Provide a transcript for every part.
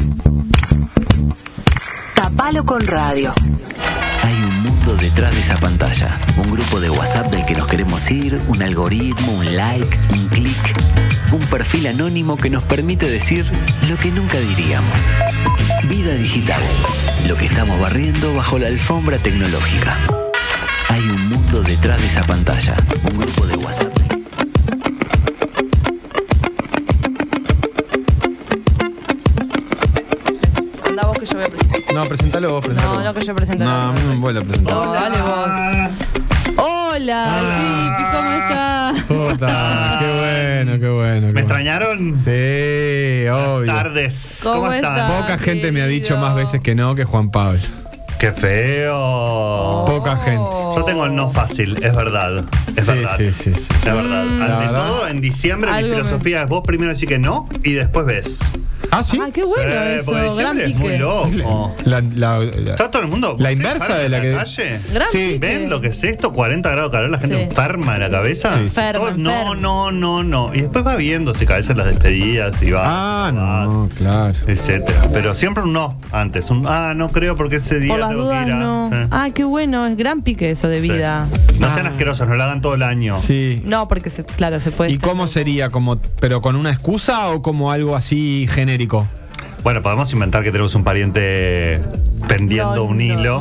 Tapalo con radio. Hay un mundo detrás de esa pantalla. Un grupo de WhatsApp del que nos queremos ir, un algoritmo, un like, un clic, un perfil anónimo que nos permite decir lo que nunca diríamos. Vida digital. Lo que estamos barriendo bajo la alfombra tecnológica. Hay un mundo detrás de esa pantalla. Un grupo de WhatsApp. Anda vos que yo voy a presentar. No, presentalo vos, presentalo. No, que yo presento. No, vuelve a presentar. No, dale vos. Hola, Zipi, ¿cómo estás? Puta, qué bueno, qué bueno. ¿Me extrañaron? Sí, obvio. Buenas tardes. ¿Cómo estás? Poca gente me ha dicho querido? más veces que no que Juan Pablo. Qué feo. Poca gente. Yo tengo el no fácil, es verdad. Es verdad. Sí. Es verdad. La Ante verdad. todo, en diciembre mi Algo filosofía es vos primero decís que no y después ves. Ah, sí. Ah, qué bueno Porque eso, gran diciembre es muy pique. loco. Está todo el mundo. La ¿ustedes inversa salen de la a que- calle? Gran Sí. pique. ¿Ven lo que es esto? 40 grados de calor, la gente Sí. enferma de la cabeza. Sí. Enferma, enferma. No. Y después va viendo si cabezas las despedidas y va. Ah, no, claro. Etcétera. Pero siempre un no antes. No creo porque ese día Por las tengo dudas, que ir a. no. Sí. Ah, qué bueno, es gran pique eso de Sí. vida. No sean asquerosos, no lo hagan todo el año. Sí. No, porque claro, se puede. ¿Y estar cómo loco. sería? ¿Pero con una excusa o como algo así genérico? Bueno, podemos inventar que tenemos un pariente pendiendo No, un hilo.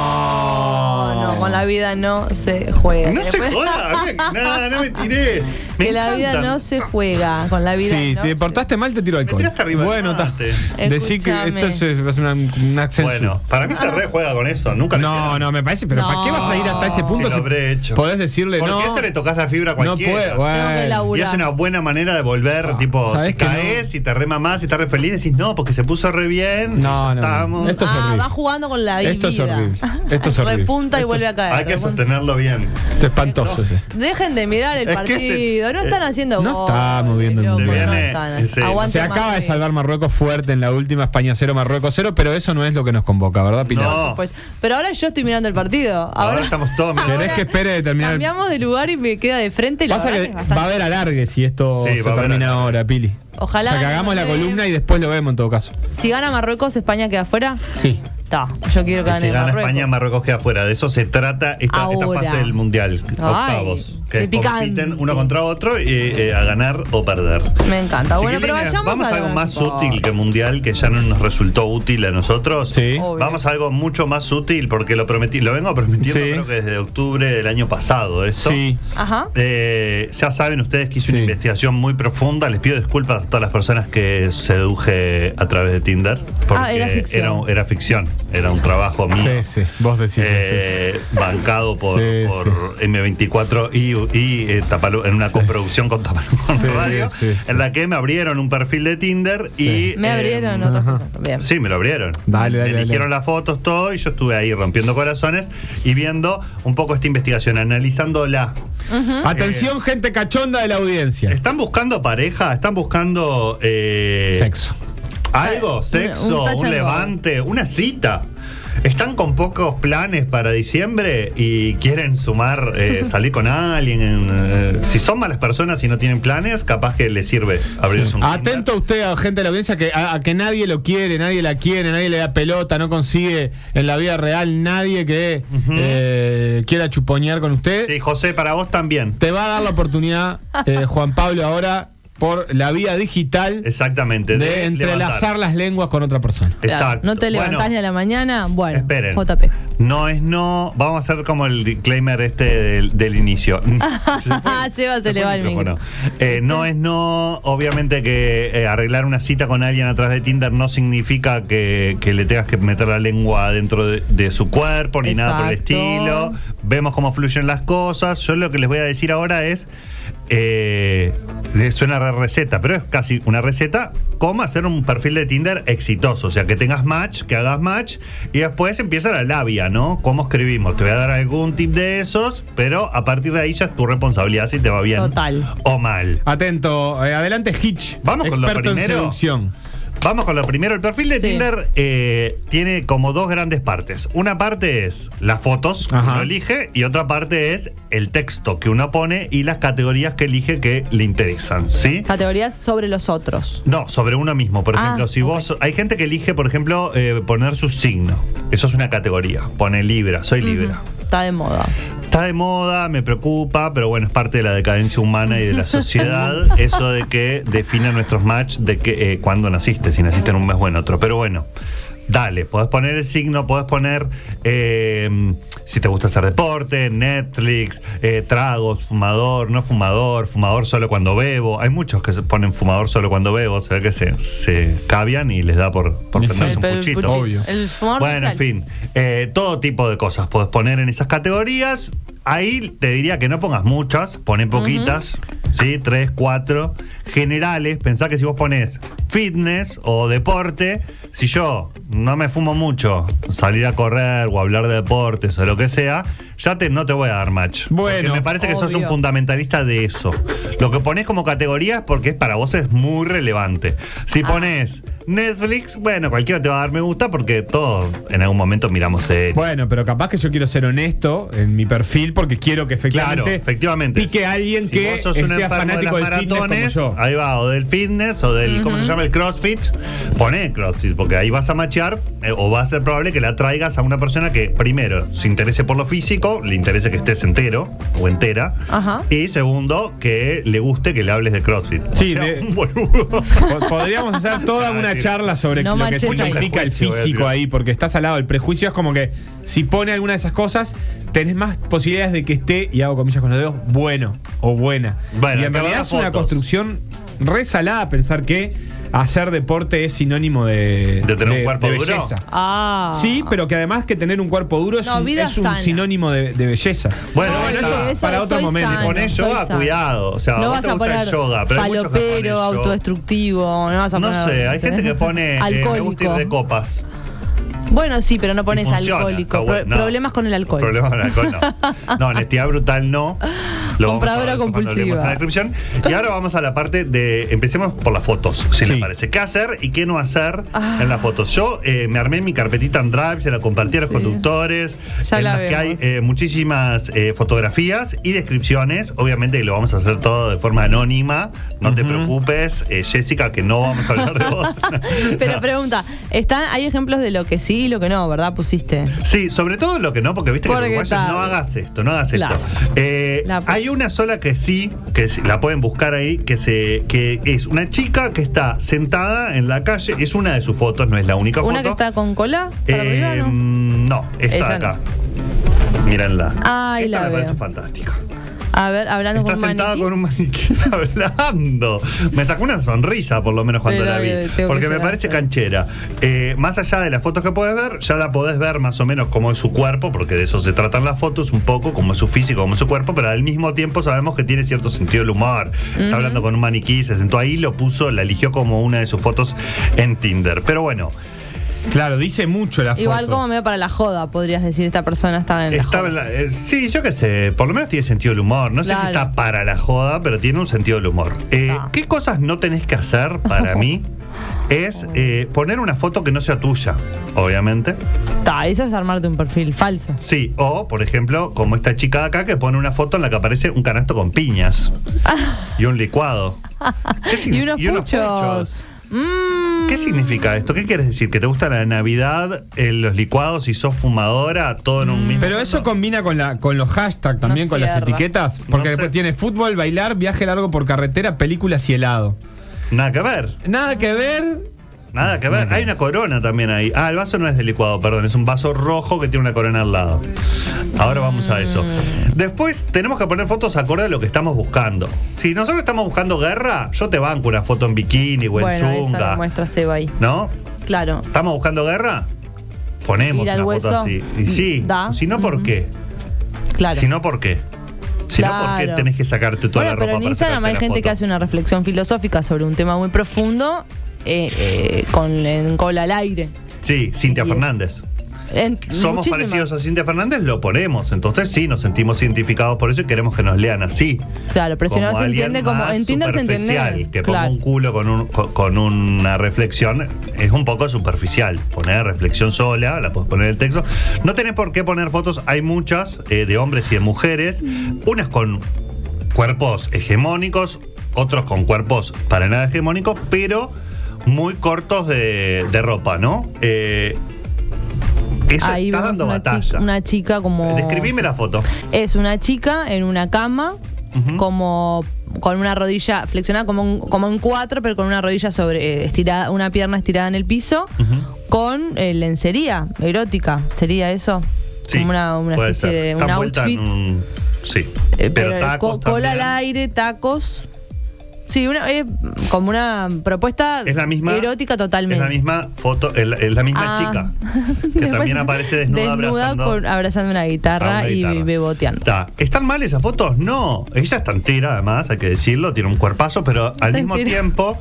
No, con la vida no se juega. No se Después- joda, no me tiré. Me que la vida encantan. no se juega. Con la vida Sí, no te se- portaste mal, te tiro alcohol. tiraste arriba del Bueno, está. mate. Decí que Escúchame. esto es una censura. Bueno, para mí se re juega con eso. Nunca lo No, hicieron. no, me parece, pero ¿para No. qué vas a ir hasta ese punto? Sí, lo habré hecho. Podés decirle ¿Por no. qué se le tocas la fibra a No cualquiera? puede. Tengo que Bueno. laburar. Y es una buena manera de volver, tipo, ¿sabés si que caes y te remamás y estás re feliz, decís no, porque se puso re bien. No, no. Estamos. Esto es horrible. va jugando con la vida. Esto es horrible. Esto es horrible. Repunta y Esto vuelve a caer. Hay que repunta. sostenerlo bien. Esto es espantoso es esto. Dejen de mirar el Es que partido. No están haciendo no goles, estamos viendo el loco, mundial. no Se viene- están. sí. Aguante Se acaba de Madrid. salvar Marruecos fuerte en la última España 0, Marruecos 0, pero eso no es lo que nos convoca, ¿verdad, Pilar? No. Pues, pero ahora yo estoy mirando el partido. Ahora estamos todos mirando. ¿Querés que espere de terminar? Cambiamos de lugar y me queda de frente. Y la Pasa verdad que es bastante- va a haber alargue si esto Sí, se va a haber termina alargue. ahora, Pili. Ojalá O sea, que hagamos la gane. columna y después lo vemos en todo caso. Si gana Marruecos, España queda afuera. Sí. Está. Yo quiero que Y gane si gana Marruecos. España, Marruecos queda fuera. De eso se trata esta Ahora. fase del Mundial. Ay, Octavos. qué Que picante. compiten uno contra otro y a ganar o perder. Me encanta. Bueno, pero Chiquilines, vayamos vamos a algo lo más que importa. útil que Mundial, que ya no nos resultó útil a nosotros. Sí. Obvio. Vamos a algo mucho más útil porque lo prometí, lo vengo prometiendo Sí. creo que desde octubre del año pasado. Esto. Sí. Ajá. Ya saben ustedes que hice una Sí. investigación muy profunda. Les pido disculpas a todas las personas que seduje a través de Tinder. Porque era ficción. Era ficción. Era un trabajo mío. Sí, vos decís eso. Bancado por M24 y Tapalú, en una coproducción con Tapalú con Sí, Radio, sí, sí, en la que me abrieron un perfil de Tinder Sí. y Me abrieron otras cosas también. Sí, me lo abrieron. Dale, Me eligieron dale. las fotos, todo, y yo estuve ahí rompiendo corazones y viendo un poco esta investigación, analizándola. Atención, gente cachonda de la audiencia. ¿Están buscando pareja? ¿Están buscando Sexo. algo? Un ¿Sexo? touch ¿Un and go. levante? ¿Una cita? ¿Están con pocos planes para diciembre y quieren sumar, salir con alguien? Si son malas personas y no tienen planes, capaz que les sirve abrirse un Tinder. Atento usted, a gente de la audiencia, a que nadie lo quiere, nadie la quiere, nadie le da pelota, no consigue en la vida real nadie que quiera chuponear con usted. Sí, José, para vos también. Te va a dar la oportunidad, Juan Pablo, ahora, por la vía digital, Exactamente. de entrelazar levantar. las lenguas con otra persona. Exacto. No te levantás Bueno, ni a la mañana. Bueno, esperen. JP. No es no. Vamos a hacer como el disclaimer del inicio. Seba se le va el micro. No es no. Obviamente que arreglar una cita con alguien a través de Tinder no significa que le tengas que meter la lengua dentro de su cuerpo ni nada por el Exacto. estilo. Vemos cómo fluyen las cosas. Yo lo que les voy a decir ahora es. Suena receta, pero es casi una receta. Cómo hacer un perfil de Tinder exitoso. O sea, que tengas match, que hagas match y después empieza la labia, ¿no? ¿Cómo escribimos? Te voy a dar algún tip de esos, pero a partir de ahí ya es tu responsabilidad si te va bien Total. o mal. Atento, adelante Hitch, Vamos con lo experto en primero. seducción. Vamos con lo primero. El perfil de Sí. Tinder tiene como dos grandes partes. Una parte es las fotos que uno elige y otra parte es el texto que uno pone y las categorías que elige que le interesan, ¿sí? Categorías sobre los otros. No, sobre uno mismo. Por ejemplo, si vos... Hay gente que elige, por ejemplo, poner su signo. Eso es una categoría. Pone Libra, soy Libra. Está de moda. Está de moda, me preocupa, pero bueno, es parte de la decadencia humana y de la sociedad eso de que define nuestros match de que cuándo naciste, si naciste en un mes o en otro. Pero bueno, dale, podés poner el signo, podés poner si te gusta hacer deporte, Netflix, tragos, fumador, no fumador, fumador solo cuando bebo. Hay muchos que se ponen fumador solo cuando bebo, o sea que se cavian y les da por prenderse un puchito. Obvio. El fumador Bueno, en fin, todo tipo de cosas podés poner en esas categorías. Ahí te diría que no pongas muchas, poné poquitas, ¿sí? 3, 4 generales. Pensá que si vos ponés fitness o deporte, si yo no me fumo mucho, salir a correr o hablar de deportes o lo que sea, ya no te voy a dar match. Bueno, porque me parece que sos un obvio. fundamentalista de eso. Lo que ponés como categoría es porque para vos es muy relevante. Si ponés Netflix, bueno, cualquiera te va a dar me gusta porque todos en algún momento miramos series. Bueno, pero capaz que yo quiero ser honesto en mi perfil porque quiero que efectivamente pique a alguien Si que vos sos un sea enfermo fanático de del las fitness como maratones, yo. ahí va, o del fitness o del, ¿cómo se llama? El CrossFit. Poné CrossFit, porque ahí vas a machear o va a ser probable que la traigas a una persona que primero se interese por lo físico, le interese que estés entero o entera, Ajá. y segundo, que le guste que le hables de CrossFit. Sí, O sea, de- un boludo. Podríamos hacer toda una sí. charla sobre No lo que manches ahí. significa el Prejuicio, físico Beatriz. ahí, porque estás al lado del prejuicio. Es como que si pone alguna de esas cosas, tenés más posibilidades de que esté, y hago comillas con los dedos, bueno o buena. Bueno, y en acá realidad van es una fotos. construcción resalada pensar que hacer deporte es sinónimo de tener un cuerpo de duro. belleza. Ah. Sí, pero que además que tener un cuerpo duro es No, un, vida es un sana. sinónimo de belleza. Bueno, No, bueno, eso- eso para otro soy momento. sana, ponés soy yoga, sana. cuidado. O sea, No a vos vas te a gusta poner el yoga, pero hay muchos que ponen falopero, yoga. autodestructivo. No vas a No poner. sé, hay gente que pone me gusta ir alcohólico. de copas. Bueno, sí, pero no pones Y funciona, alcohólico. está bueno. No. Problemas con el alcohol. Problemas con el alcohol, no. No, honestidad brutal no. Lo vamos a Compradora ver cuando compulsiva. leemos en la descripción. Y ahora vamos a la parte de... Empecemos por las fotos, si Sí. les parece. ¿Qué hacer y qué no hacer en las fotos? Yo me armé mi carpetita en Drive, se la compartí a los Sí. conductores, Ya en la las que hay vemos. muchísimas fotografías y descripciones. Obviamente que lo vamos a hacer todo de forma anónima. No te preocupes, Jessica, que no vamos a hablar de vos. Pero pregunta, hay ejemplos de lo que sí y lo que no, ¿verdad? Pusiste. Sí, sobre todo lo que no, porque viste que Porque los uruguayos está- no hagas esto, no hagas Claro. esto. Hay una sola que sí, la pueden buscar ahí, que es una chica que está sentada en la calle, es una de sus fotos, no es la única ¿Una foto. que está con cola? ¿Para arriba, no? No, esta de Esa acá. Mírenla. Ay, esta la me parece veo. fantástica. A ver, hablando Está con sentada maniquí. con un maniquí hablando. Me sacó una sonrisa, por lo menos, cuando Pero, la vi. tengo que Porque me llorar, parece sí. canchera. Más allá de las fotos que puedes ver, ya la podés ver más o menos cómo es su cuerpo, porque de eso se tratan las fotos, un poco, cómo es su físico, cómo es su cuerpo, pero al mismo tiempo sabemos que tiene cierto sentido del humor. Está hablando con un maniquí, se sentó ahí, lo puso, la eligió como una de sus fotos en Tinder. Pero bueno. Claro, dice mucho la Igual foto. como medio para la joda, podrías decir, esta persona estaba en la Está joda. sí, yo qué sé, por lo menos tiene sentido del humor. No sé si Claro. está para la joda, pero tiene un sentido del humor. Está. ¿Qué cosas no tenés que hacer para mí? Es poner una foto que no sea tuya, obviamente. Eso es armarte un perfil falso. Sí, o por ejemplo, como esta chica de acá que pone una foto en la que aparece un canasto con piñas y un licuado. Y unos puchos. ¿Qué significa esto? ¿Qué quieres decir? ¿Que te gusta la Navidad, los licuados y sos fumadora, todo en un mismo? Pero eso foto? combina con los hashtags también, No con las cierra. etiquetas. Porque No sé. después tiene fútbol, bailar, viaje largo por carretera, películas y helado. Nada que ver. Nada que ver. Nada que ver. Hay una corona también ahí. Ah, el vaso no es de licuado, perdón. Es un vaso rojo que tiene una corona al lado. Ahora vamos a eso. Después tenemos que poner fotos acorde a lo que estamos buscando. Si nosotros estamos buscando guerra, yo te banco una foto en bikini o en Bueno, esa zunga. lo muestra Seba ahí. ¿No? Claro. ¿Estamos buscando guerra? Ponemos Ir al una foto hueso. así. Y sí. Da. Si no, ¿por qué? Claro. Si no, ¿por qué? Si no, ¿por qué Claro. tenés que sacarte toda Bueno, la ropa pero en para Instagram sacarte hay la gente foto? que hace una reflexión filosófica sobre un tema muy profundo en cola al aire. Sí, Cintia Y- Fernández. somos muchísimas. parecidos a Cintia Fernández, lo ponemos. Entonces sí, nos sentimos identificados por eso y queremos que nos lean así. Claro, pero si no se alguien entiende como. más En Tinder se superficial, entiende. que ponga un culo con una reflexión es un poco superficial. Poner reflexión sola, la puedes poner el texto. No tenés por qué poner fotos, hay muchas de hombres y de mujeres, unas con cuerpos hegemónicos, otros con cuerpos para nada hegemónicos, pero muy cortos de ropa, ¿no? Eso Ahí está vemos dando batalla. una chica como. Describime la foto. Es una chica en una cama, como con una rodilla flexionada, como en cuatro, pero con una rodilla estirada, una pierna estirada en el piso, con lencería erótica. ¿Sería eso? Sí, como una puede especie ser. de Está un envuelta outfit. Sí. Pero tacos cola al también. aire, tacos. Sí, como una propuesta Es la misma, erótica totalmente. Es la misma foto, es la misma chica. Que Después, también aparece desnuda abrazando una guitarra y beboteando. ¿Están mal esas fotos? No. Ella está entera, además, hay que decirlo, tiene un cuerpazo, pero al mismo entera. tiempo.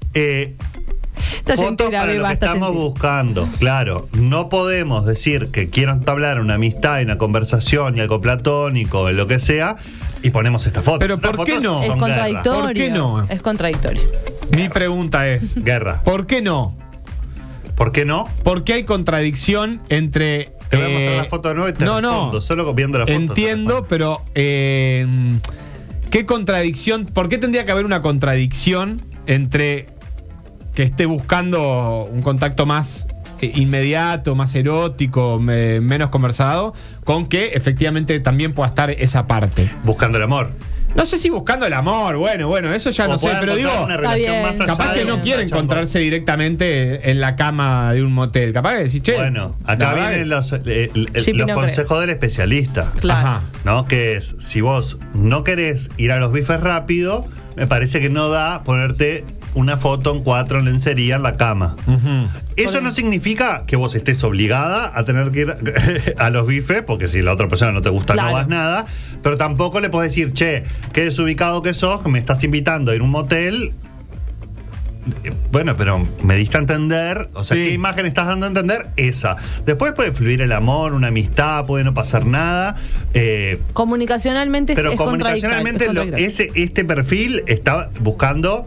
Foto entera, para lo beba, que estás estamos entera. buscando. Claro, no podemos decir que quiero entablar una amistad y una conversación y algo platónico, lo que sea, y ponemos esta foto. Pero Estas ¿por qué fotos no? Es son contradictorio. ¿Por qué no? Es contradictorio. Mi pregunta es, Guerra. ¿por qué no? ¿Por qué no? Porque hay contradicción entre... Te voy a mostrar la foto de nuevo y te respondo, solo viendo la foto. Entiendo, pero ¿qué contradicción? ¿Por qué tendría que haber una contradicción entre que esté buscando un contacto más inmediato, más erótico, menos conversado, con que efectivamente también pueda estar esa parte? Buscando el amor. No sé si buscando el amor, bueno, eso ya O no sé, pueda pero digo, encontrar una relación bien. más allá capaz de que no un quiere chambón. encontrarse directamente en la cama de un motel. Capaz que decís, che. Bueno, acá la verdad vienen que- Sí, los no consejos del especialista. Claro. Ajá. ¿No? Que es, si vos no querés ir a los bifes rápido, me parece que no da ponerte una foto en 4 en lencería en la cama. Ujú. Eso no significa que vos estés obligada a tener que ir a los bifes, porque si la otra persona no te gusta, Claro. no vas nada. Pero tampoco le podés decir, che, qué desubicado que sos, me estás invitando a ir a un motel. Bueno, pero me diste a entender, o sea, Sí. ¿qué imagen estás dando a entender? Esa. Después puede fluir el amor, una amistad, puede no pasar nada. Comunicacionalmente Pero es comunicacionalmente contradictorio. este perfil está buscando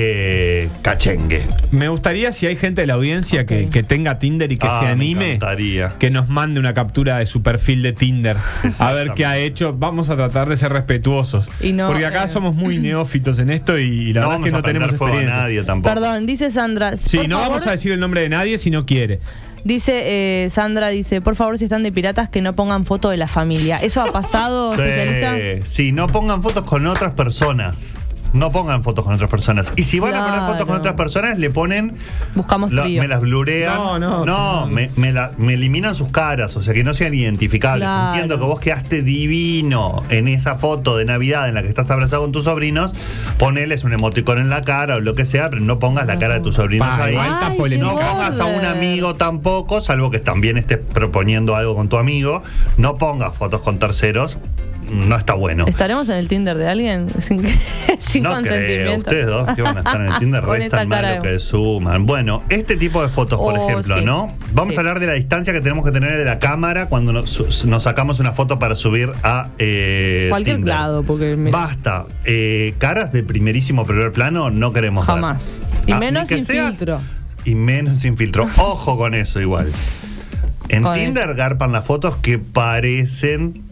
cachengue. Me gustaría, si hay gente de la audiencia Ok. que tenga Tinder y que se Me anime, encantaría. que nos mande una captura de su perfil de Tinder. A ver qué ha hecho. Vamos a tratar de ser respetuosos. Y no, porque acá somos muy neófitos en esto y la No verdad es vamos que no a prender tenemos fuego a experiencia. nadie tampoco. Perdón, dice Sandra. Sí, por no favor, vamos a decir el nombre de nadie si no quiere. Dice Sandra, dice, por favor, si están de piratas, que no pongan foto de la familia. ¿Eso ha pasado, especialista? Sí, no pongan fotos con otras personas. No pongan fotos con otras personas. Y si van a poner fotos con Claro. otras personas, le ponen. Buscamos trío. Me las blurean. No. Me eliminan sus caras, o sea que no sean identificables. Claro. Entiendo que vos quedaste divino en esa foto de Navidad en la que estás abrazado con tus sobrinos. Poneles un emoticón en la cara o lo que sea, pero no pongas la cara de tus sobrinos Pa, ahí. igual está Ay, polémico. No qué pongas a un border. amigo tampoco, salvo que también estés proponiendo algo con tu amigo. No pongas fotos con terceros. No está bueno. ¿Estaremos en el Tinder de alguien sin No creo, consentimiento? ustedes dos que van a estar en el Tinder Con esta restan más cara lo que suman. Bueno, este tipo de fotos, por ejemplo, sí. ¿no? Vamos Sí. a hablar de la distancia que tenemos que tener de la cámara cuando nos sacamos una foto para subir a Cualquier Tinder. lado, porque Basta. Caras de primerísimo primer plano no queremos ver. Jamás. Y Ah, menos ni que sin seas- filtro. Y menos sin filtro. Ojo con eso igual. En Con Tinder garpan las fotos que parecen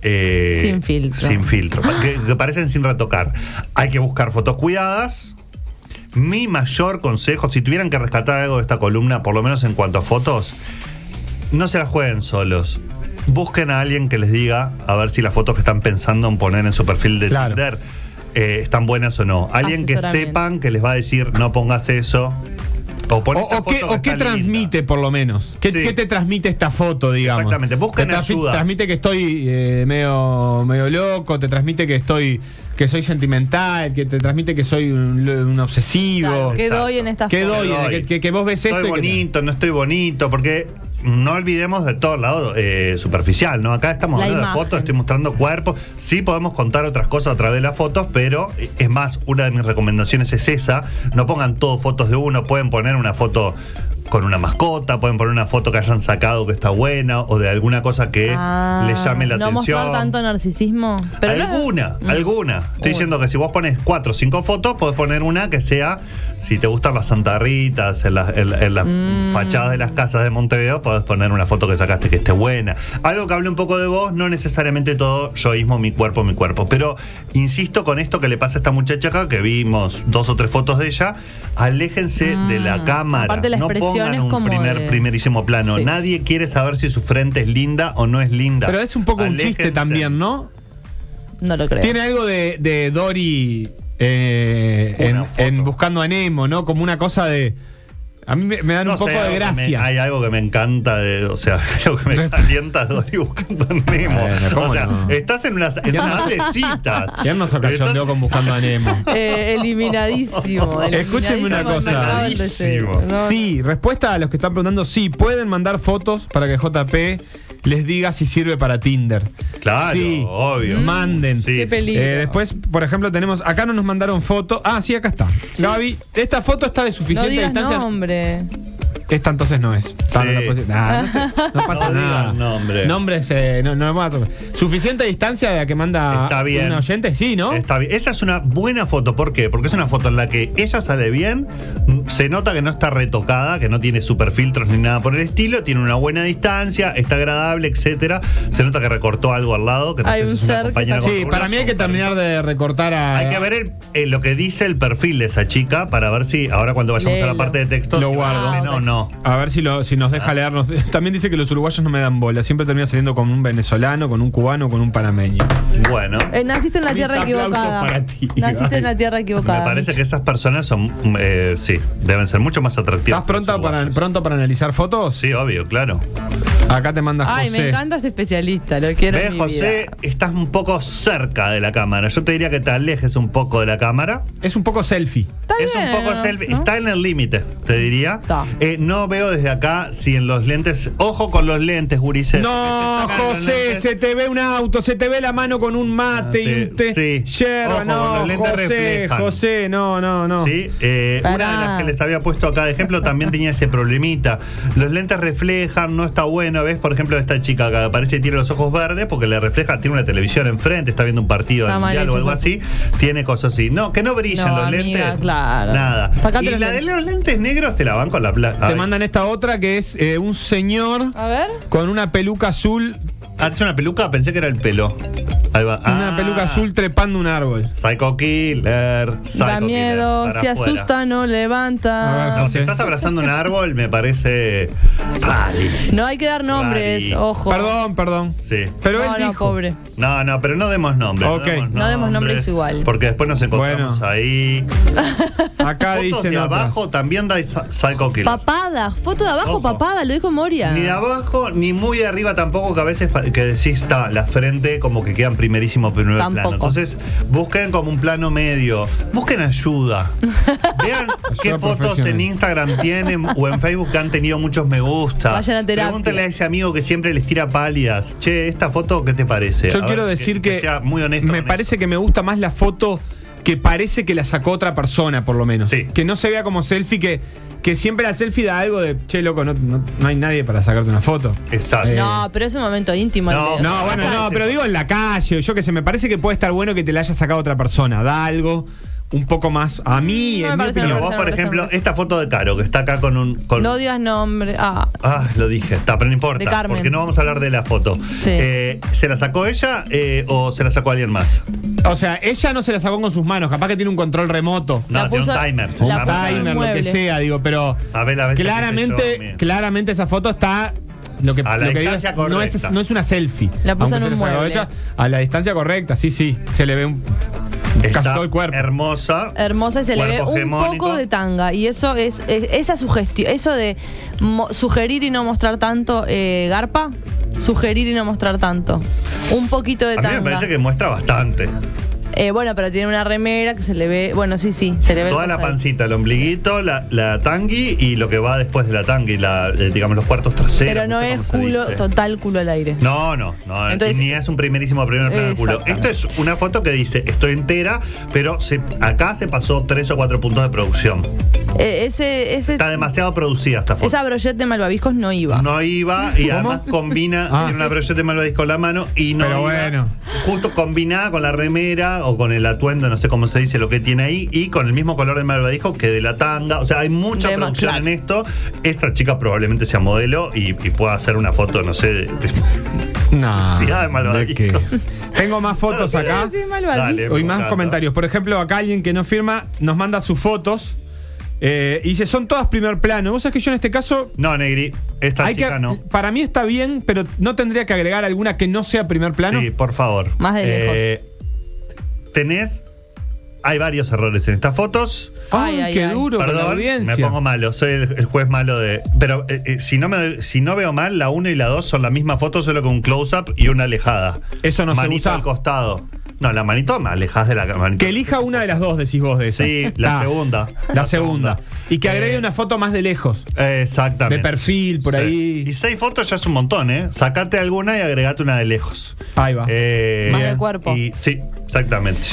Sin filtro. Sin filtro. Que parecen sin retocar. Hay que buscar fotos cuidadas. Mi mayor consejo, si tuvieran que rescatar algo de esta columna, por lo menos en cuanto a fotos, no se las jueguen solos. Busquen a alguien que les diga a ver si las fotos que están pensando en poner en su perfil de Claro. Tinder están buenas o no. Alguien que Asesoramiento. sepan que les va a decir no pongas eso. O pon esta foto que O qué está transmite, linda. por lo menos. ¿Qué, Sí. qué te transmite esta foto, digamos? Exactamente, busquen Te ayuda. Transmite que estoy medio loco, te transmite que soy sentimental, que te transmite que soy un obsesivo. Claro, ¿qué Exacto. doy en esta ¿Qué foto? doy? Que vos ves Estoy esto y que- bonito, no estoy bonito, porque no olvidemos de todo el lado superficial, ¿no? Acá estamos La hablando de imagen. fotos, estoy mostrando cuerpos, sí podemos contar otras cosas a través de las fotos, pero es más, una de mis recomendaciones es esa, no pongan todo fotos de uno, pueden poner una foto con una mascota, pueden poner una foto que hayan sacado que está buena o de alguna cosa que les llame la no atención. mostrar tanto narcisismo. Pero Alguna. Estoy diciendo que si vos pones 4 o 5 fotos, podés poner una que sea, si te gustan las santarritas, en las fachadas de las casas de Montevideo, podés poner una foto que sacaste que esté buena. Algo que hable un poco de vos, no necesariamente todo yoísmo, mi cuerpo. Pero insisto con esto que le pasa a esta muchacha acá, que vimos 2 o 3 fotos de ella, aléjense de la cámara. Aparte, la no expresión pongan es un como primerísimo plano. Sí. Nadie quiere saber si su frente es linda o no es linda. Pero es un poco un chiste también, ¿no? No lo creo. Tiene algo de Dory en Buscando a Nemo, ¿no? Como una cosa de... A mí me dan un poco de gracia. Hay algo que me encanta, algo que me calienta Dory Buscando a Nemo. ¿cómo o sea, no? estás en una de citas. ¿Quién no se cachondeó con Buscando a Nemo? Eliminadísimo. Escúchenme una cosa. No. Sí, respuesta a los que están preguntando, sí, pueden mandar fotos para que JP les diga si sirve para Tinder. Claro, sí, obvio. Manden. Sí. Qué peligro. Después, por ejemplo, tenemos, acá no nos mandaron foto. Ah, sí, acá está. Sí. Gaby, esta foto está de No suficiente digas distancia. nombre. Esta entonces no es. Sí. No pasa No nada. digan nombre. Nombres, no vamos a tomar. ¿Suficiente distancia de la que manda Está bien. un oyente? Sí, ¿no? Está bien. Esa es una buena foto. ¿Por qué? Porque es una foto en la que ella sale bien, se nota que no está retocada, que no tiene super filtros ni nada por el estilo, tiene una buena distancia, está agradable, etcétera. Se nota que recortó algo al lado, que no Hay sé un si es una ser que compañera está- Sí, con para mí hay que terminar de recortar a... Hay que ver lo que dice el perfil de esa chica para ver si ahora cuando vayamos a Léelo. la parte de texto Lo si guardo. vale la pena o no. A ver si nos deja leernos. También dice que los uruguayos no me dan bola. Siempre termina saliendo con un venezolano, con un cubano, con un panameño. Bueno, Naciste en la Mis tierra aplausos equivocada. para ti, Naciste Gaby. en la tierra equivocada. me parece Micho. que esas personas son, sí, deben ser mucho más atractivas. ¿Estás pronto para analizar fotos? Sí, obvio, claro. Acá te manda Ay, José. me encanta este especialista, lo quiero en ¿Ves, mi José? vida. Estás un poco cerca de la cámara. Yo te diría que te alejes un poco de la cámara. Es un poco selfie. Es un poco bien, selfie. ¿no? Está en el límite, te diría. Está. No veo desde acá si en los lentes. Ojo con los lentes, Ulises. No, Que se sacan los José, lentes. se te ve un auto, se te ve la mano con un mate y un té. Sí. Yerba, Ojo, no, los lentes José, reflejan. José, no. Sí, una de las que les había puesto acá de ejemplo también tenía ese problemita. Los lentes reflejan, no está bueno. ¿Ves? Por ejemplo, esta chica que parece que tiene los ojos verdes porque le refleja, tiene una televisión enfrente, está viendo un partido Está del mal mundial o hecho algo esa así. Tiene cosas así. No, que no brillan No, los amiga, lentes. claro. Nada. Sacate Y los la de lentes. los lentes negros te la van con la plata. Te mandan esta otra que es un señor A ver. con una peluca azul. ¿Es una peluca? Pensé que era el pelo. Ahí va. Una peluca azul trepando un árbol. Psycho Killer. Psycho Da miedo, Killer, para se afuera. asusta, no A levanta. ver, No, José. si estás abrazando un árbol, me parece. Pari. No hay que dar nombres, Rari. ojo. Perdón. Sí. Pero él No, dijo. pobre. No, pero no demos nombres. Ok. No demos nombres igual. Porque después nos encontramos Bueno. ahí. Acá Fotos dicen de otras. abajo también da Psycho Killer. Papada, foto de abajo, Ojo. papada, lo dijo Moria. Ni de abajo, ni muy de arriba tampoco, que a veces que decís, está la frente como que queda en primer Tampoco. plano. Entonces, busquen como un plano medio. Busquen ayuda. Vean qué Ayuda fotos profesional. en Instagram tienen o en Facebook que han tenido muchos me gusta. Vayan a terapia. Pregúntenle a ese amigo que siempre les tira pálidas. Che, ¿esta foto qué te parece? Yo A quiero ver, decir que sea muy honesto. me parece que me gusta más la foto que parece que la sacó otra persona, por lo menos. Sí. Que no se vea como selfie, que siempre la selfie da algo de, che, loco, no hay nadie para sacarte una foto. Exacto. No, pero es un momento íntimo. No, el de- No, bueno, no, pero digo en la calle, yo qué sé, me parece que puede estar bueno que te la haya sacado otra persona. Da algo un poco más. A mí, No me en mi parece, opinión. no Vos, me por parece, ejemplo, me parece. esta foto de Caro, que está acá con un. No digas nombre. Ah, Lo dije, está, pero no importa. De Carmen. Porque no vamos a hablar de la foto. Sí. ¿Se la sacó ella o se la sacó alguien más? O sea, ella no se la sacó con sus manos, capaz que tiene un control remoto. No, La tiene puso- un timer. se la Un llama. puso en timer, lo que mueble. sea, digo, pero A ver, a veces claramente, claramente esa foto está. Lo que, A la lo que digo distancia es, correcta. no es una selfie. La puso Aunque en un se la sacó mueble. hecha a la distancia correcta, sí. Se le ve casi Está todo el cuerpo. hermosa. hermosa y se le ve Cuerpo un hegemónico. poco de tanga. Y eso es esa sugestión, eso de sugerir y no mostrar tanto, Garpa, sugerir y no mostrar tanto. Un poquito de A mí tanga. me parece que muestra bastante. Bueno, pero tiene una remera que se le ve. Bueno, sí, se le ve. Toda la pancita, el ombliguito, la tangui y lo que va después de la tangui, digamos los cuartos traseros. Pero no es culo, total culo al aire. No. Entonces, ni es un primerísimo primer plano del culo. Esto es una foto que dice, estoy entera, pero acá se pasó 3 o 4 puntos de producción. Está demasiado producida esta foto. Esa brochette de malvaviscos no iba. No iba y además combina, tiene una brochette de malvavisco en la mano y no pero iba. Bueno. Justo combinada con la remera o con el atuendo, no sé cómo se dice lo que tiene ahí, y con el mismo color del malvavisco que de la tanga. O sea, hay mucha producción en esto. Esta chica probablemente sea modelo y pueda hacer una foto, no sé, de malvavisco. Tengo más fotos acá. Dale, Hoy más comentarios. Por ejemplo, acá alguien que no firma nos manda sus fotos. Y dice, son todas primer plano. Vos sabés que yo en este caso... No, Negri, esta chica no. Para mí está bien, pero ¿no tendría que agregar alguna que no sea primer plano? Sí, por favor. Más de lejos. Hay varios errores en estas fotos. Ay, qué duro. Perdón, la audiencia. me pongo malo, soy el juez malo de... Pero si no veo mal, la 1 y la 2 son la misma foto, solo con un close-up y una alejada. Eso no manito se usa. al costado. No, la manito me alejas de la manito. Que elija una de las dos, decís vos de esas. Sí, la segunda. La segunda. Y que agregue una foto más de lejos. Exactamente. De perfil, por ahí. Y 6 fotos ya es un montón, ¿eh? Sacate alguna y agregate una de lejos. Ahí va. Más de cuerpo. Sí, exactamente.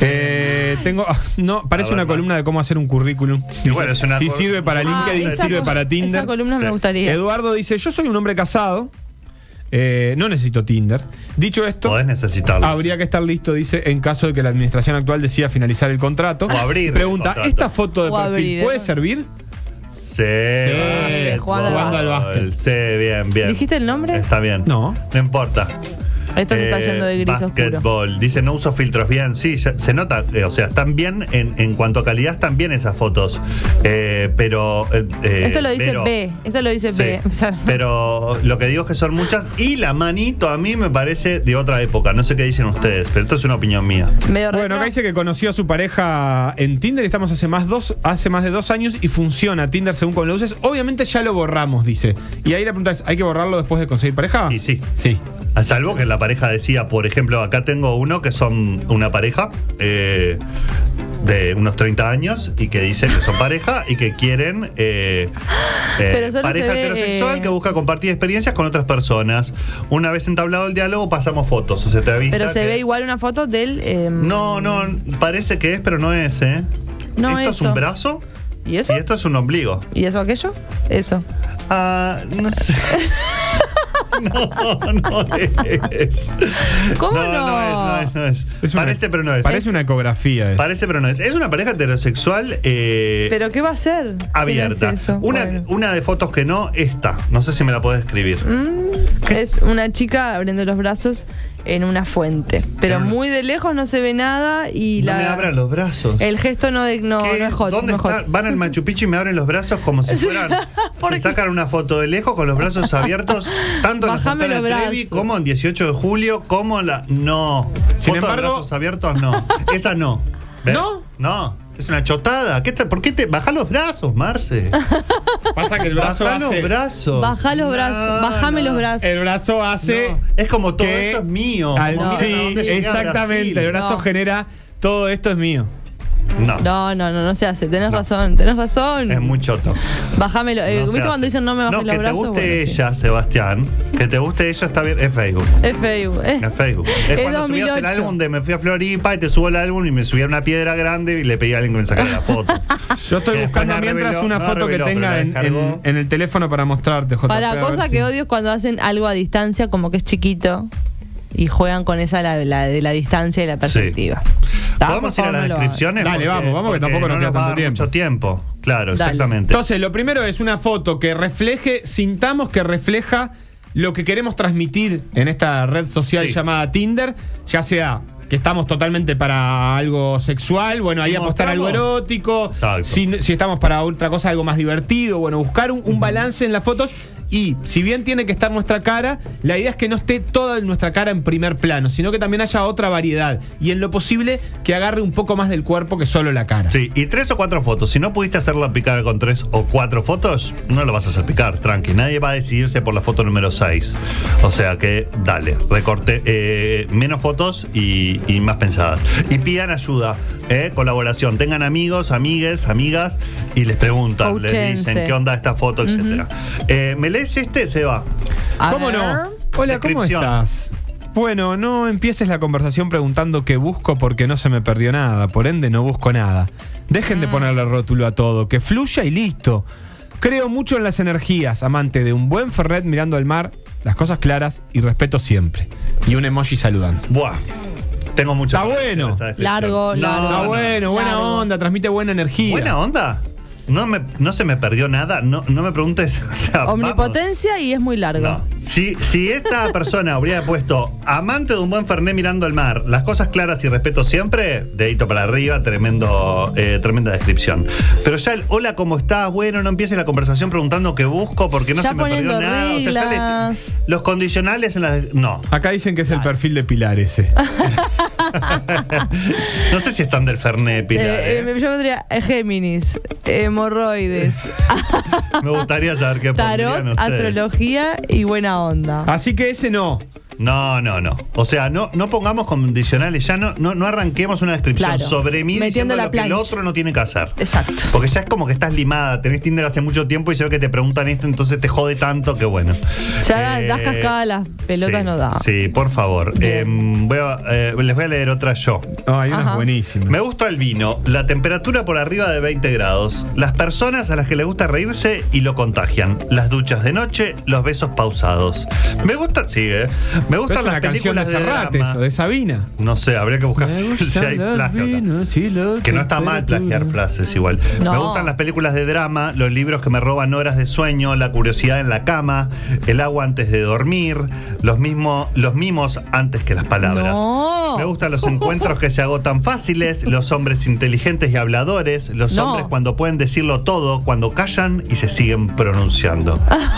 Parece una columna de cómo hacer un currículum. Bueno, es una si sirve para LinkedIn, sirve para Tinder. Esa columna me gustaría. Eduardo dice, yo soy un hombre casado. No necesito Tinder. Dicho esto, podés necesitarlo. Habría que estar listo, dice, en caso de que la administración actual decida finalizar el contrato. O abrir. Pregunta, ¿esta foto de O perfil abrir, puede servir? Sí, jugando al básquet. Sí, bien. ¿Dijiste el nombre? Está bien. No importa. Esto se está yendo de gris oscuro. Basketball. Dice, no uso filtros. Bien, sí, se nota. O sea, están bien, en cuanto a calidad, están bien esas fotos. Pero... esto lo dice B. Esto lo dice B. O sea, pero lo que digo es que son muchas. Y la manito a mí me parece de otra época. No sé qué dicen ustedes, pero esto es una opinión mía. Bueno, acá dice que conoció a su pareja en Tinder y estamos hace más de 2 años y funciona Tinder según como lo uses. Obviamente ya lo borramos, dice. Y ahí la pregunta es, ¿hay que borrarlo después de conseguir pareja? Y sí. Sí. A salvo que la pareja decía, por ejemplo, acá tengo uno que son una pareja de unos 30 años y que dicen que son pareja y que quieren pareja heterosexual que busca compartir experiencias con otras personas. Una vez entablado el diálogo, pasamos fotos. O sea, te avisa. Pero se ve igual una foto del... No, parece que es, pero no es, ¿eh? No, esto es un brazo. ¿Y eso? Y esto es un ombligo. ¿Y eso aquello? Eso. No sé. No es. ¿Cómo no? No es. Parece, pero no es. Parece una ecografía. Parece, pero no es. Es una pareja heterosexual. ¿Pero qué va a ser? Abierta. Si no es eso. Una de fotos que no, esta. No sé si me la podés escribir. Es una chica abriendo los brazos en una fuente. Pero muy de lejos no se ve nada y no me abran los brazos. El gesto no es hot. ¿Dónde está? Van al Machu Picchu y me abren los brazos como si fueran. Se sacan una foto de lejos con los brazos abiertos. Tanto en la Fontana de Trevi como en 18 de julio, como en la. No. Sin foto embargo, de brazos abiertos, no. Esa no. ¿Ves? No. Es una chotada. ¿Por qué te bajá los brazos, Marce? Pasa que el brazo bajá hace... los brazos. Bajá los brazos. Bajame los brazos. El brazo hace... Es como todo esto es mío. Sí, exactamente. El brazo genera... Todo esto es mío. No se hace. Tenés razón. Es muy choto. Bájamelo. ¿Viste cuando dicen no me bajes los brazos? Que te guste ella, Sebastián. Que te guste ella está bien. Es Facebook. Es Facebook. Es cuando 2008. subías el álbum de Me Fui a Floripa y te subo el álbum y me subía una piedra grande y le pedí a alguien que me sacara la foto. Yo estoy buscando mientras una foto que tenga en el teléfono para mostrarte, JP. Para cosa que odio es cuando hacen algo a distancia como que es chiquito y juegan con esa de la distancia y la perspectiva. ¿Podemos ir a las descripciones? Dale, vamos, que tampoco nos queda tanto tiempo. Mucho tiempo. Claro, Dale. exactamente. Entonces, lo primero es una foto que sintamos que refleja lo que queremos transmitir en esta red social llamada Tinder, ya sea que estamos totalmente para algo sexual, bueno, ahí apostar algo erótico, si estamos para otra cosa, algo más divertido, bueno, buscar un balance en las fotos Y si bien tiene que estar nuestra cara, la idea es que no esté toda nuestra cara en primer plano, sino que también haya otra variedad. Y en lo posible que agarre un poco más del cuerpo que solo la cara. Sí, y 3 o 4 fotos. Si no pudiste hacerla picar con 3 o 4 fotos, no lo vas a hacer picar, tranqui. Nadie va a decidirse por la foto número 6. O sea que, dale, recorte menos fotos y más pensadas. Y pidan ayuda, colaboración. Tengan amigos, amigues, amigas y les preguntan, Pouchense. les dicen qué onda esta foto, etcétera. ¿Me lees este, Seba? A ¿Cómo ver. no? Hola, ¿cómo Descripción. estás? Bueno, no empieces la conversación preguntando qué busco porque no se me perdió nada, por ende no busco nada. Dejen de ponerle rótulo a todo, que fluya y listo. Creo mucho en las energías, amante de un buen Fernet mirando al mar, las cosas claras y respeto siempre. Y un emoji saludando. Buah. Tengo mucho. Está bueno. Largo, largo. Está bueno, buena Largo. onda, transmite buena energía. ¿Buena onda? No se me perdió nada. No me preguntes. O sea, Omnipotencia y es muy largo. No. Si esta persona hubiera puesto amante de un buen Fernet mirando al mar, las cosas claras y respeto siempre, dedito para arriba, tremenda descripción. Pero ya el hola, ¿cómo estás? Bueno, no empieces la conversación preguntando qué busco porque no Ya se me perdió poniendo nada. O sea, ya reglas. los condicionales en las. No. Acá dicen que es el perfil de Pilar ese. No sé si están del Fernet, Pilar. Yo pondría Géminis, hemorroides, Me gustaría saber qué tarot, pondrían ustedes. astrología y buena onda. Así que ese no. No. O sea, no pongamos condicionales, ya no arranquemos una descripción Claro. sobre mí Metiendo diciendo la lo que el plancha. otro no tiene que hacer. Exacto. Porque ya es como que estás limada, tenés Tinder hace mucho tiempo y se ve que te preguntan esto, entonces te jode tanto que bueno. Ya das cascada a las pelotas, sí, no da. Sí, por favor. Bien. Les voy a leer otra yo. No, hay unas Ajá. buenísimas. Me gusta el vino, la temperatura por arriba de 20 grados, las personas a las que les gusta reírse y lo contagian, las duchas de noche, los besos pausados. Me gustan, sigue. Me Pero gustan es una las canción películas de de Serrates drama. o de Sabina. No sé, habría que buscar si hay plagio acá. Que no está mal plagiar frases igual. No. Me gustan las películas de drama, los libros que me roban horas de sueño, la curiosidad en la cama, el agua antes de dormir, los mimos antes que las palabras. No. Me gustan los encuentros que se agotan fáciles, los hombres inteligentes y habladores, los No. hombres cuando pueden decirlo todo, cuando callan y se siguen pronunciando.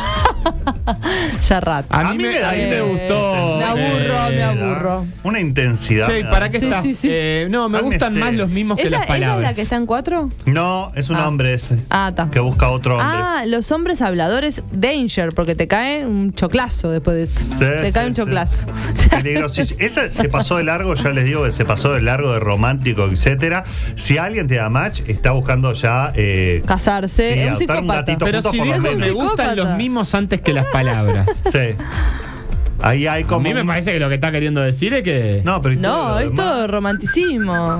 Serrat. A mí me gustó. Me aburro. Una intensidad. Che, me da. ¿para qué Sí, estás? sí, sí. No, me Cálmese. gustan más los mismos que las ¿Esa es palabras. la que está en 4? No, es un Ah. hombre ese. Ah, está. Que busca otro hombre. Ah, los hombres habladores, danger, porque te cae un choclazo después de eso. Sí, te cae sí, un sí. choclazo. Peligrosísimo. Esa se pasó de largo, ya les digo que se pasó de largo, de romántico, etcétera. Si alguien te da match, está buscando ya Casarse. sí, es un adoptar un psicópata. gatito. Pero juntos si por lo digo menos. me gustan Psicópata. los mismos antes que las palabras. Sí. Ahí hay A como. mí me parece que lo que está queriendo decir es que. No, pero ¿y todo No, lo es demás? todo romanticismo.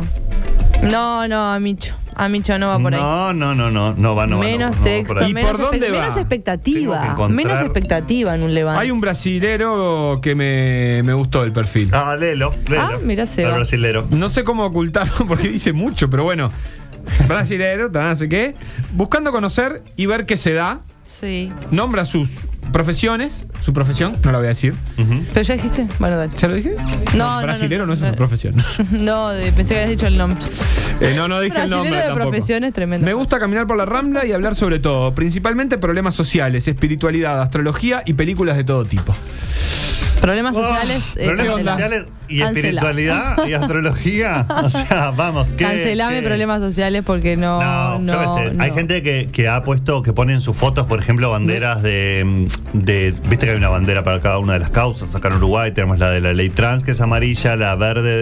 No, Amicho. Amicho no va por ahí. No va. Menos por texto, ahí. ¿Y menos, por dónde va? menos Tengo que expectativa. encontrar- Menos expectativa en un levante. Hay un brasilero que me gustó el perfil. Ah, léelo. Ah, mirá, Seba. El brasilero. No sé cómo ocultarlo porque dice mucho, pero bueno. Brasilero, no sé qué. Buscando conocer y ver qué se da. Sí. Nombra sus profesiones. Su profesión, no la voy a decir. Ujú. ¿Pero ya dijiste? Bueno, dale. ¿Ya lo dije? No, brasilero no es no. una profesión. No, pensé que habías dicho el nombre. No dije el Brasilero nombre de tampoco. profesiones tremendo. Me gusta caminar por la Rambla y hablar sobre todo, principalmente problemas sociales, espiritualidad, astrología y películas de todo tipo. Problemas sociales. Problemas cancelá. sociales y Cancelá. espiritualidad y astrología. O sea, vamos. Cancelame problemas sociales porque no. Yo qué sé. Hay gente que ha puesto, que pone en sus fotos, por ejemplo, banderas de. Viste que hay una bandera para cada una de las causas. Acá en Uruguay tenemos la de la ley trans, que es amarilla, la verde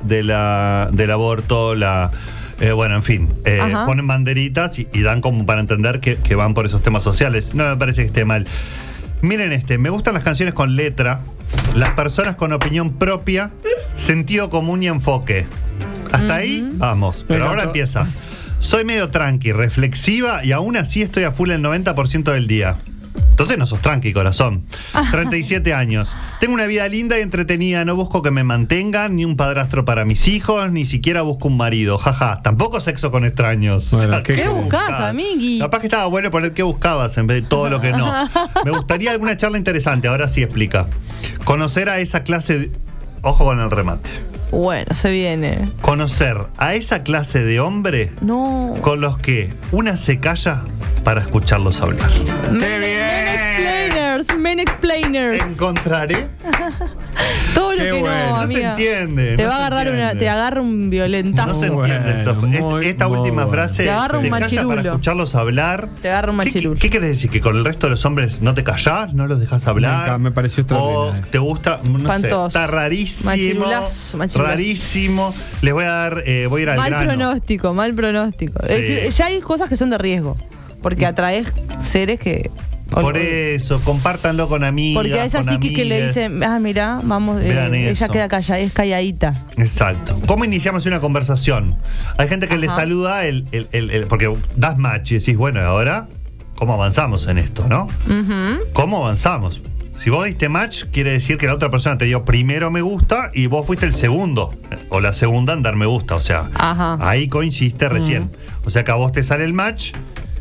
del aborto, bueno, en fin, Ajá. ponen banderitas y dan como para entender que van por esos temas sociales. No me parece que esté mal. Miren me gustan las canciones con letra, las personas con opinión propia, sentido común y enfoque. Hasta ahí, vamos. Pero ahora empieza. Soy medio tranqui, reflexiva y aún así estoy a full el 90% del día. Entonces no sos tranqui, corazón. 37 años. Tengo una vida linda y entretenida. No busco que me mantengan, ni un padrastro para mis hijos, ni siquiera busco un marido. Jaja. Tampoco sexo con extraños. Bueno, ¿qué buscás, amigui? Capaz que estaba bueno poner qué buscabas en vez de todo lo que no. Me gustaría alguna charla interesante. Ahora sí explica. Conocer a esa clase de... Ojo con el remate. Bueno, se viene. Conocer a esa clase de hombre No. con los que una se calla para escucharlos hablar. ¡Qué bien! Men explainers. Encontraré. Todo lo Qué que bueno. no, No se amiga. entiende. Te no va a se agarrar entiende. te agarra un violentazo. No se Muy entiende esto. bueno, muy, Esta muy última bueno. frase Te agarra un se calla machirulo. para escucharlos hablar. Te agarra un machirulo. ¿Qué querés decir? ¿Que con el resto de los hombres no te callás? ¿No los dejás hablar? Nunca, me pareció ¿O extraordinario. te gusta? No sé, Espantoso. está rarísimo. Machirulazo. Rarísimo. Les voy a dar, voy a ir al Mal grano. pronóstico, mal pronóstico. Sí. Es decir, ya hay cosas que son de riesgo. Porque atraes seres que. Por eso, compártanlo con amigas. Porque a esa con psiquis que le amigues. dicen, mirá, vamos, Vean ella eso. queda callada, es calladita. Exacto. ¿Cómo iniciamos una conversación? Hay gente que le Ajá. saluda porque das match y decís, bueno, ¿y ahora cómo avanzamos en esto, no? Ujú. ¿Cómo avanzamos? Si vos diste match, quiere decir que la otra persona te dio primero me gusta y vos fuiste el segundo o la segunda en dar me gusta. O sea, Ajá. ahí coincidiste recién. O sea que a vos te sale el match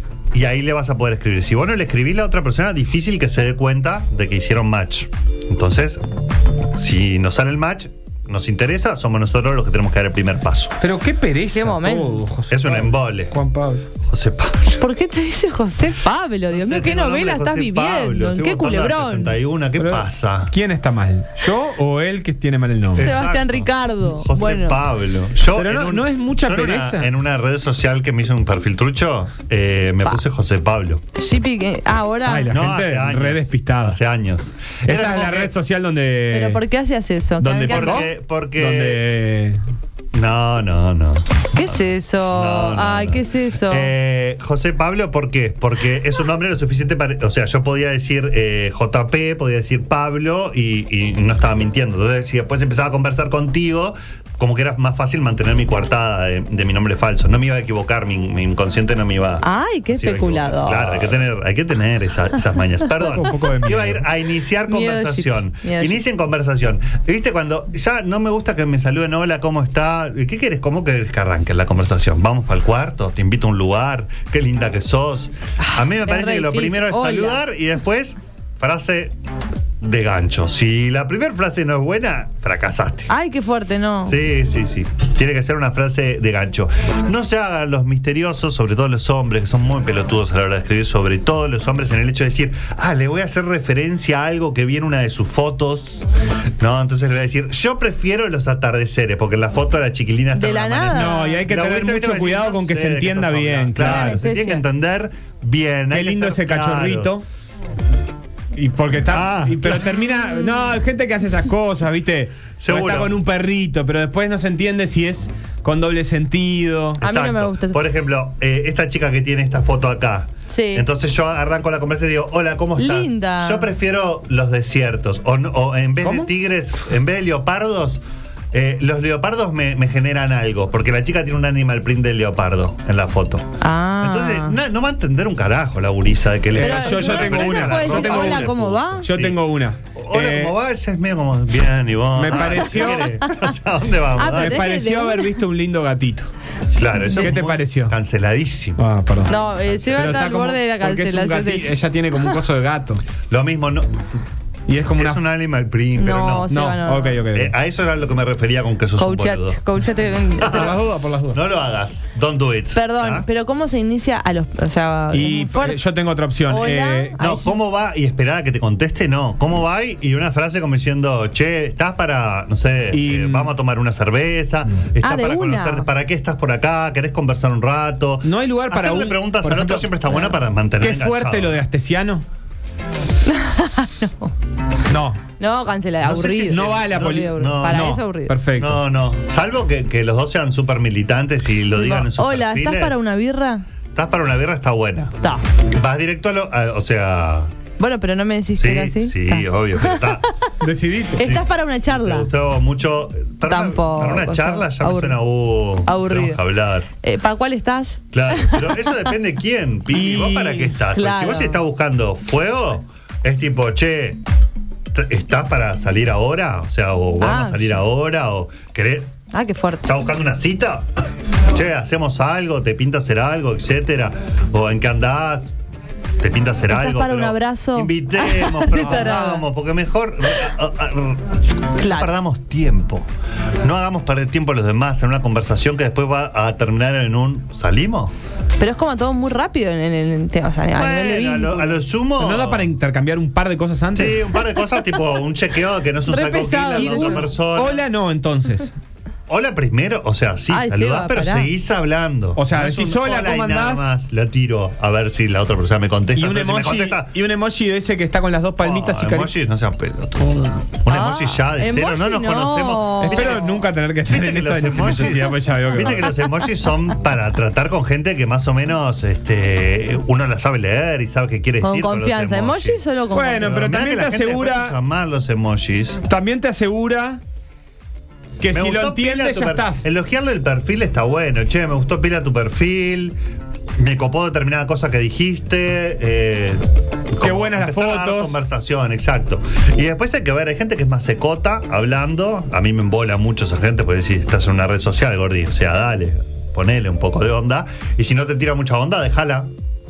y ahí le vas a poder escribir. Si vos no le escribís a la otra persona, difícil que se dé cuenta de que hicieron match. Entonces, si nos sale el match, nos interesa, somos nosotros los que tenemos que dar el primer paso. Pero qué pereza. Qué momento. todo, José Es un Pablo. embole. Juan Pablo. José Pablo. ¿Por qué te dice José Pablo? Dios No mío, sé, ¿qué tengo novela nombre estás José viviendo? Pablo. ¿En Estoy qué contando la culebrón? 61, ¿qué Pero, pasa? ¿Quién está mal? ¿Yo o él que tiene mal el nombre? Sebastián Exacto. Ricardo. José Bueno. Pablo. Yo Pero en no es mucha yo pereza. En una red social que me hizo un perfil trucho, me puse José Pablo. Shippy, ahora. Ay, la gente re despistada. Hace años. Esa Era es como la que- red social donde. ¿Pero por qué hacías eso? ¿Dónde ¿Qué, picó? Porque. Donde. No. ¿Qué es eso? No, Ay, no. ¿qué es eso? José Pablo, ¿por qué? Porque es un nombre lo suficiente para. O sea, yo podía decir JP, podía decir Pablo y no estaba mintiendo. Entonces, si después empezaba a conversar contigo, como que era más fácil mantener mi coartada de mi nombre falso. No me iba a equivocar, mi inconsciente no me iba. Ay, qué no se iba a equivocar. especulador. Claro, hay que tener esas mañas. Perdón. Un poco de miedo. Iba a ir a iniciar Miedo, conversación. Shippy. Miedo, Inicien conversación. ¿Viste? Cuando ya no me gusta que me saluden, hola, ¿cómo está? ¿Qué querés? ¿Cómo querés que arranque la conversación? Vamos para el cuarto, te invito a un lugar, qué linda que sos. A mí me es parece re que lo difícil. primero es Hola. saludar y después frase de gancho. Si la primera frase no es buena, fracasaste. Ay, qué fuerte, ¿no? Sí. Tiene que ser una frase de gancho. No se hagan los misteriosos, sobre todo los hombres, que son muy pelotudos a la hora de escribir, sobre todo los hombres, en el hecho de decir, le voy a hacer referencia a algo que vi en una de sus fotos. No, entonces le voy a decir, yo prefiero los atardeceres, porque en la foto la chiquilina está De en un la amanecer. nada. No, y hay que La tener hubiese visto mucho y cuidado decir, con que no se sé de qué entienda estás bien. hablando. Claro, Claro, se tiene que anestesia. entender bien. Qué hay que lindo ser ese cachorrito. claro. Y porque está. Pero termina. No, hay gente que hace esas cosas, ¿viste? Seguro. O está con un perrito, pero después no se entiende si es con doble sentido. A mí no me Exacto. gusta eso. Por ejemplo, esta chica que tiene esta foto acá. Sí. Entonces yo arranco la conversación y digo, hola, ¿cómo estás? Linda. Yo prefiero los desiertos. O en vez ¿Cómo? de tigres, en vez de leopardos, los leopardos me generan algo. Porque la chica tiene un animal print del leopardo en la foto. Ah. Entonces, no va a entender un carajo la gurisa de que le Pero yo tengo ¿no se una. puede Yo decir, tengo hola, una. ¿cómo va? Yo Sí. tengo una. Hola, ¿cómo va? Ella es medio como, bien, y vos. Me pareció- ¿qué querés? O sea, ¿a dónde vamos? Ah, pero Me es que pareció de haber una- visto un lindo gatito. Claro, eso ¿Qué es te muy pareció? Canceladísimo. Ah, perdón. No, se va Pero al como- borde de la porque es un cancelación. gati- Ella tiene como un coso de gato. Lo mismo, no. Y es como Es un una. animal print, pero No, no. sí. No, Seba, no. ok. A eso era lo que me refería con que sos un boludo. Coachate. Por las dudas, por las dudas. No lo hagas. Don't do it. Perdón, ¿Ah? pero ¿cómo se inicia a los. O sea, Y es fuerte? yo tengo otra opción. Hola. No, Ay, ¿cómo va? Y esperar a que te conteste, no. ¿Cómo va? Y una frase como diciendo, che, ¿estás para, no sé, Y- vamos a tomar una cerveza? ¿Estás de para una. conocerte? ¿Para qué estás por acá? ¿Querés conversar un rato? No hay lugar para Hacerle un. preguntas por al ejemplo, otro siempre está buena para mantener Qué fuerte enganchado. lo de Astesiano. No. No, cancela, No sé aburrido. si- No va a la Aburrido, política. aburrido. no, Para no. eso aburrido. Perfecto. No. Salvo que los dos sean súper militantes y lo digan en sus Hola, ¿estás perfiles. para una birra? ¿Estás para una birra? Está buena. Está. Vas directo o sea... Bueno, pero no me decís que era así. Sí, Está. obvio. Pero está. Decidiste. Estás para una Me charla. gustó mucho. Tampoco, Para una o sea, charla ya me suena aburrido. tenemos que hablar. ¿Para cuál estás? Claro, pero eso depende de quién. Pipi, ¿vos para qué estás? Porque Claro. si vos estás buscando fuego, es tipo, che, ¿estás para salir ahora? O sea, o vamos a salir sí. ahora, o querés. Ah, qué fuerte. ¿Estás buscando una cita? Che, hacemos algo, te pinta hacer algo, etcétera. O en qué andás. te pinta hacer ¿Estás algo. para un pero abrazo? Invitemos, promovamos, porque mejor no perdamos tiempo. No hagamos perder tiempo a los demás en una conversación que después va a terminar en un ¿salimos? Pero es como todo muy rápido en el tema, o sea, a nivel de vínculo. A lo sumo. ¿No da para intercambiar un par de cosas antes? Sí, un par de cosas, tipo un chequeo que no es un Re saco pesado, killer de otra persona. Hola, no, entonces. Hola primero, o sea, sí, Ay, saludás, Seba, pero pará. seguís hablando. O sea, No es decís, un hola, ¿cómo y nada andás? más, la tiro a ver si la otra persona me contesta. Y un Entonces, si me emoji, contesta, y un emoji de ese que está con las dos palmitas y cariño. emojis no sean pelotudos. Un emoji ya de cero, emoji no nos no. conocemos. Espero nunca tener que estar Viste en que esto los de emojis, necesidad, pues ya veo que viste va. que los emojis son para tratar con gente que más o menos uno la sabe leer y sabe qué quiere Con decir. confianza. Con los Emoji solo con Bueno, pero mirá también que te la gente después asegura. usa más los emojis. También te asegura que Me si lo gustó pila entiendes tu ya perfil. estás. Elogiarle el perfil está bueno. Che, me gustó pila tu perfil. Me copó determinada cosa que dijiste. Qué buenas las empezar a dar fotos. Conversación, exacto. Y después hay que ver, hay gente que es más secota hablando. A mí me embola mucho esa gente porque si estás en una red social, Gordi, o sea, dale, ponele un poco de onda. Y si no te tira mucha onda, déjala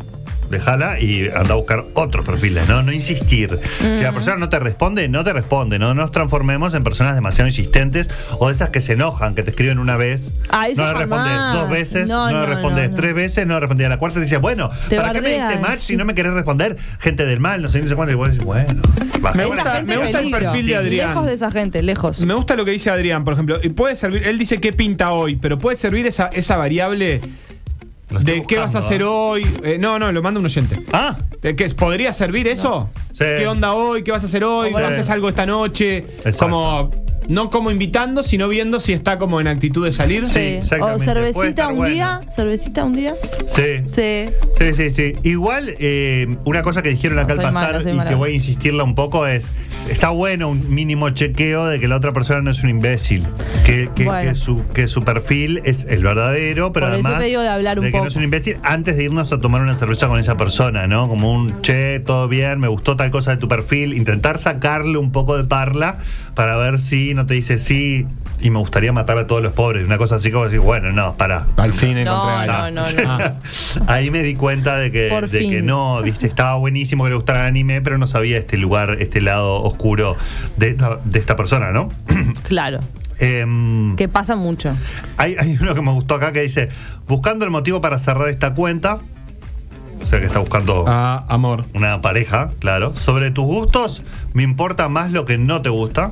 y anda a buscar otros perfiles, ¿no? No insistir. Si la persona no te responde, no te responde. No nos transformemos en personas demasiado insistentes o de esas que se enojan, que te escriben una vez, Eso no le respondes jamás. 2 veces, No, no le respondes no. 3 veces, no le respondes a la cuarta y dices, bueno, Te ¿para qué me diste bardean, match sí. si no me querés responder? Gente del mal, no sé cuánto. Y vos decís, bueno, Me Esa gusta- gente me gusta el peligro. perfil de Adrián. Lejos de esa gente, lejos. Me gusta lo que dice Adrián, por ejemplo. Y puede servir, él dice qué pinta hoy, pero puede servir esa variable Lo estoy de qué vas a hacer hoy. No, lo manda un oyente. Ah, ¿Podría servir eso? Sí. ¿Qué onda hoy? ¿Qué vas a hacer hoy? Sí. ¿Haces algo esta noche? Exacto. Como, no como invitando, sino viendo si está como en actitud de salir. Sí, O exactamente. Puede cervecita estar un bueno. día. ¿Cervecita un día? sí. Sí. Sí. Igual, una cosa que dijeron acá No, al soy pasar mala, soy y mala. que voy a insistirla un poco es, está bueno un mínimo chequeo de que la otra persona no es un imbécil, que Bueno. su perfil es el verdadero, pero Por eso además te digo de hablar un que poco. no es un imbécil antes de irnos a tomar una cerveza con esa persona, ¿no? Como un, che, todo bien, me gustó tal cosa de tu perfil, intentar sacarle un poco de parla para ver si no te dice sí y me gustaría matar a todos los pobres, una cosa así como decir, bueno, no, pará. Al fin encontré No, algo. no. Ah. Ahí me di cuenta de que Por fin. no, viste, estaba buenísimo que le gustara el anime, pero no sabía este lugar, este lado oscuro de esta persona, ¿no? Claro. Em, Que pasa mucho. hay uno que me gustó acá que dice, buscando el motivo para cerrar esta cuenta, o sea que está buscando Ah, amor. una pareja, claro. Sobre tus gustos, me importa más lo que no te gusta.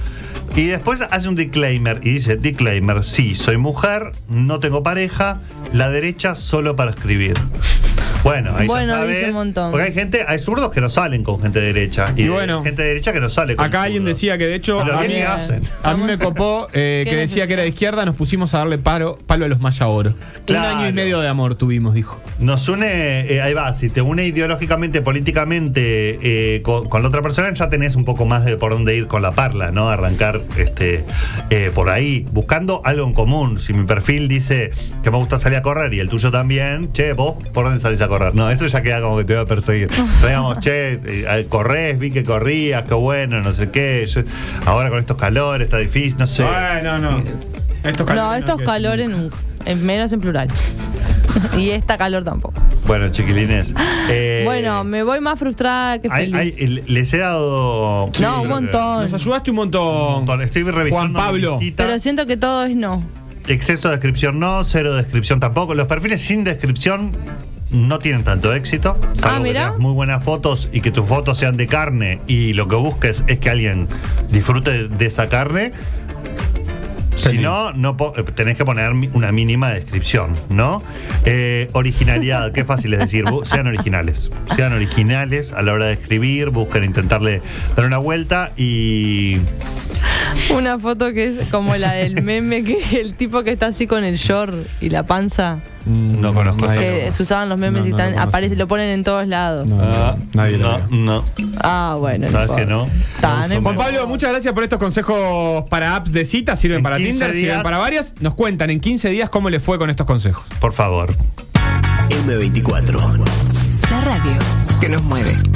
Y después hace un disclaimer y dice, disclaimer, sí, soy mujer, no tengo pareja, la derecha solo para escribir. Bueno, ahí Bueno, ya sabes. dice un montón. Porque hay zurdos que no salen con gente derecha. Y bueno, gente derecha que no sale con Acá alguien zurdos. decía que de hecho Y lo a bien mí, que hacen. a mí me copó que ¿Qué decía que era de necesidad? izquierda, nos pusimos a darle palo a los Maya Oro. Claro. Un año y medio de amor tuvimos, dijo. Nos une, ahí va, si te une ideológicamente, políticamente con la otra persona, ya tenés un poco más de por dónde ir con la parla, ¿no? Arrancar por ahí, buscando algo en común. Si mi perfil dice que me gusta salir a correr y el tuyo también, che, vos, ¿por dónde salís a correr? No, eso ya queda como que te va a perseguir. Pero digamos, che, corres, vi que corrías, qué bueno, no sé qué. Ahora con estos calores está difícil, no sé. No. Estos No, estos calores nunca. Menos en plural. Y esta calor tampoco. Bueno, chiquilines. Bueno, me voy más frustrada que feliz. Les he dado. No, un creo que- montón. Nos ayudaste un montón. Estoy revisando. Juan Pablo. mi listita. Pero siento que todo es no. Exceso de descripción no, cero descripción tampoco. Los perfiles sin descripción no tienen tanto éxito. Salvo que mira. tengas muy buenas fotos y que tus fotos sean de carne y lo que busques es que alguien disfrute de esa carne. Si no, tenés que poner una mínima descripción, ¿no? Originalidad, qué fácil es decir, sean originales. Sean originales a la hora de escribir, busquen intentarle dar una vuelta y... Una foto que es como la del meme, que es el tipo que está así con el short y la panza. No conozco esa. Que se usaban los memes No, y no están, lo conozco. lo ponen en todos lados. Nadie lo ve. No. Ah, bueno. ¿Sabes importa. que no? Está, no Juan importa. Pablo, muchas gracias por estos consejos para apps de citas. Sirven En para 15 Tinder, días. sirven para varias. Nos cuentan en 15 días cómo les fue con estos consejos. Por favor. M24. La radio que nos mueve.